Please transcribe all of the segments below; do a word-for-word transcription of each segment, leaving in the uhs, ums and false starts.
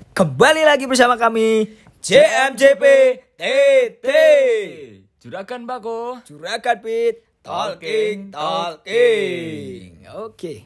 Kembali lagi bersama kami J M J P T T Juragan Bako, Juragan Pit Talking Talking. Oke.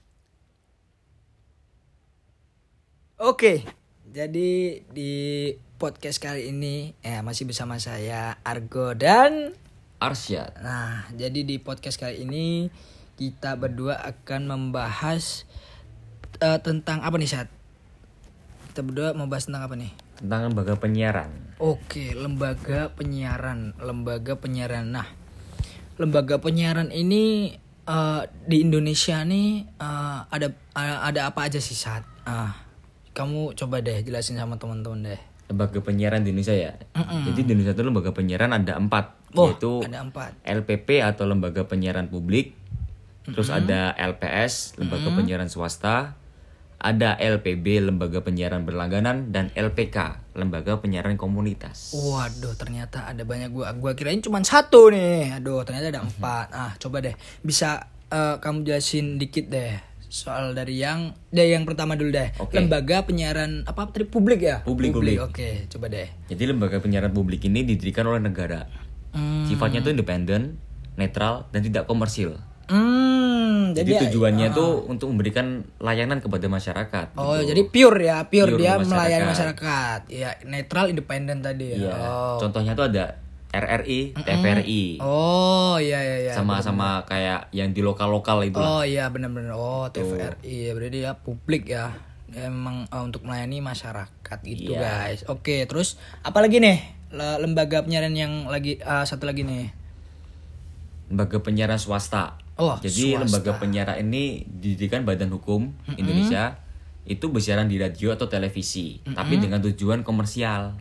Oke. Jadi di podcast kali ini eh masih bersama saya Argo dan Arsyad. Nah, jadi di podcast kali ini kita berdua akan membahas uh, tentang apa nih, Syad? Kita berdua mau bahas tentang apa nih? Tentang lembaga penyiaran. Oke, lembaga penyiaran, lembaga penyiaran. Nah, lembaga penyiaran ini uh, di Indonesia nih uh, ada uh, ada apa aja sih, Syad? Uh, kamu coba deh jelasin sama teman-teman deh. Lembaga penyiaran di Indonesia ya. Mm-mm. Jadi di Indonesia itu lembaga penyiaran ada empat, Oh, yaitu ada empat. L P P atau lembaga penyiaran publik, terus Mm-mm. ada L P S lembaga Mm-mm. penyiaran swasta, ada L P B lembaga penyiaran berlangganan, dan L P K lembaga penyiaran komunitas. Waduh, ternyata ada banyak. Gua gua kirain cuma satu nih. Aduh, ternyata ada empat. Ah, coba deh. Bisa uh, kamu jelasin dikit deh soal dari yang dari yang pertama dulu deh. Oke. Lembaga penyiaran apa tadi, publik ya? Publik, publik. Oke, coba deh. Jadi lembaga penyiaran publik ini didirikan oleh negara. Hmm. Sifatnya itu independen, netral, dan tidak komersil. Hmm, Jadi, jadi tujuannya uh, tuh untuk memberikan layanan kepada masyarakat. Oh, gitu. jadi pure ya, pure, Pure dia untuk melayani masyarakat. masyarakat. Ya, netral, independen tadi ya. Iya. Oh. Contohnya tuh ada R R I, T V R I. Oh, iya iya iya. Sama-sama kayak yang di lokal-lokal itu. Oh iya, benar-benar. Oh, T V R I ya, berarti ya publik ya. Dia memang uh, untuk melayani masyarakat gitu, Iya. guys. Oke, terus apa lagi nih? Le- lembaga penyiaran yang lagi uh, satu lagi nih. Lembaga penyiaran swasta. Oh, Jadi swasta. lembaga penyiaran ini didirikan Badan Hukum Indonesia, itu bersiaran di radio atau televisi, tapi dengan tujuan komersial.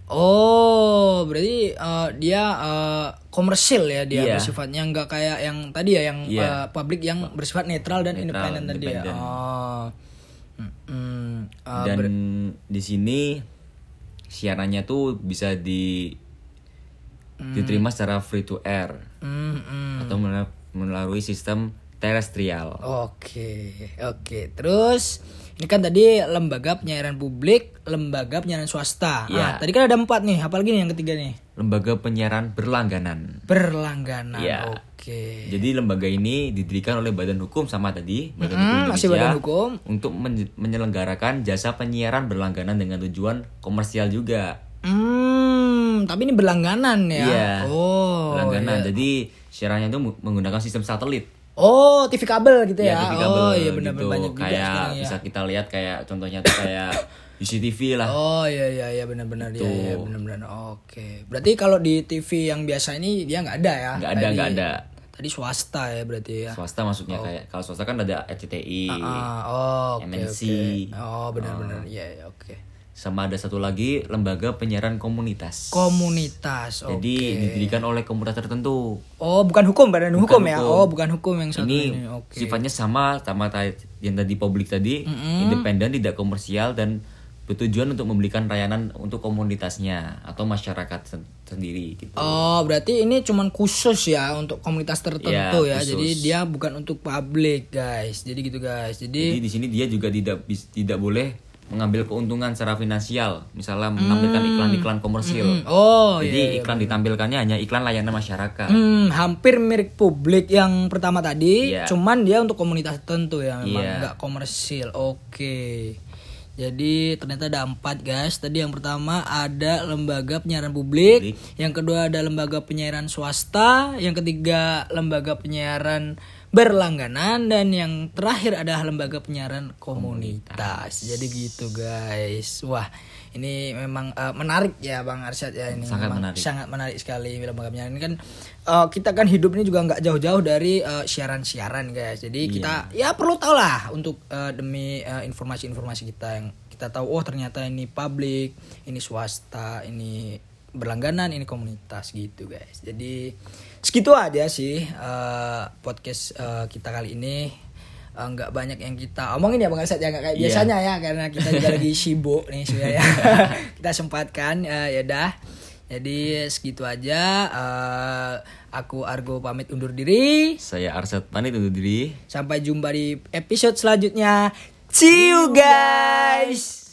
Oh, berarti uh, dia uh, komersil ya, dia Iya. bersifatnya nggak kayak yang tadi ya, yang Iya. uh, publik yang bersifat netral dan Netral, independen tadi ya. independen. Oh. Mm-mm. Uh, Dan ber- di sini siarannya tuh bisa di diterima secara free to air Mm-mm. atau mel- melalui sistem terestrial. Oke, oke. Terus ini kan tadi lembaga penyiaran publik, lembaga penyiaran swasta. Ah, Iya. tadi kan ada empat nih. Apalagi nih yang ketiga nih? Lembaga penyiaran berlangganan. Berlangganan. Iya. Oke. Jadi lembaga ini didirikan oleh Badan Hukum sama tadi, Badan Mm-mm, Hukum masih Indonesia, Badan Hukum. untuk men- menyelenggarakan jasa penyiaran berlangganan dengan tujuan komersial juga. Hmm, tapi ini berlangganan ya. Iya. Oh. Berlangganan. iya. Jadi siarannya itu menggunakan sistem satelit. Oh, T V kabel gitu ya. Iya, T V kabel Oh, iya benar-benar gitu. banyak juga Kayak sekarang ya. bisa kita lihat kayak contohnya tuh kayak U C T V lah. Oh iya iya iya benar-benar Gitu. ya, ya benar-benar. Oke. Berarti kalau di T V yang biasa ini dia nggak ada ya? Nggak ada, Kayak nggak di- ada. Tadi swasta ya berarti ya. Swasta maksudnya kayak kalau swasta kan ada R C T I, Ah, oh, oke M N C. oke. Oh, benar-benar. Iya iya oke. sama ada satu lagi lembaga penyiaran komunitas. Komunitas. Oke. Jadi didirikan oleh komunitas tertentu. Oh, bukan hukum, badan Bukan hukum ya. hukum. Oh, bukan hukum yang satu Ini ini. Oke. sifatnya sama sama ta- yang tadi publik tadi, Mm-mm. independen, tidak komersial, dan bertujuan untuk memberikan layanan untuk komunitasnya atau masyarakat sen- sendiri gitu. Oh, berarti ini cuman khusus ya untuk komunitas tertentu ya. Ya, khusus. Jadi dia bukan untuk publik, guys. Jadi gitu, guys. Jadi Jadi, di sini dia juga tidak bis- tidak boleh mengambil keuntungan secara finansial, misalnya menampilkan iklan-iklan komersil. Mm, oh, Jadi iya, iya, iklan ditampilkannya hanya iklan layanan masyarakat. hmm, hampir mirip publik yang pertama tadi, Iya. cuman dia untuk komunitas tertentu ya, memang Iya. nggak komersil. Oke. Jadi ternyata ada empat, guys. Tadi yang pertama ada lembaga penyiaran publik, Publik. yang kedua ada lembaga penyiaran swasta, yang ketiga lembaga penyiaran berlangganan, dan yang terakhir adalah lembaga penyiaran komunitas. Jadi gitu, guys. Wah, ini memang uh, menarik ya Bang Arsyad ya, ini Sangat memang menarik. sangat menarik sekali lembaga penyiaran ini kan. uh, kita kan hidup ini juga nggak jauh-jauh dari uh, siaran-siaran, guys. Jadi Iya. kita ya perlu tahu lah untuk uh, demi uh, informasi-informasi kita yang kita tahu. Oh, ternyata ini publik, ini swasta, ini berlangganan, ini komunitas gitu, guys. Jadi segitu aja sih uh, podcast uh, kita kali ini. Uh, nggak banyak yang kita omongin ya Bang Arsyad ya, nggak kayak Iya. biasanya ya, karena kita juga lagi sibuk nih sebenarnya. Kita sempatkan, uh, ya dah. Jadi segitu aja. Uh, aku Argo pamit undur diri. Saya Arsyad pamit undur diri. Sampai jumpa di episode selanjutnya. See you guys.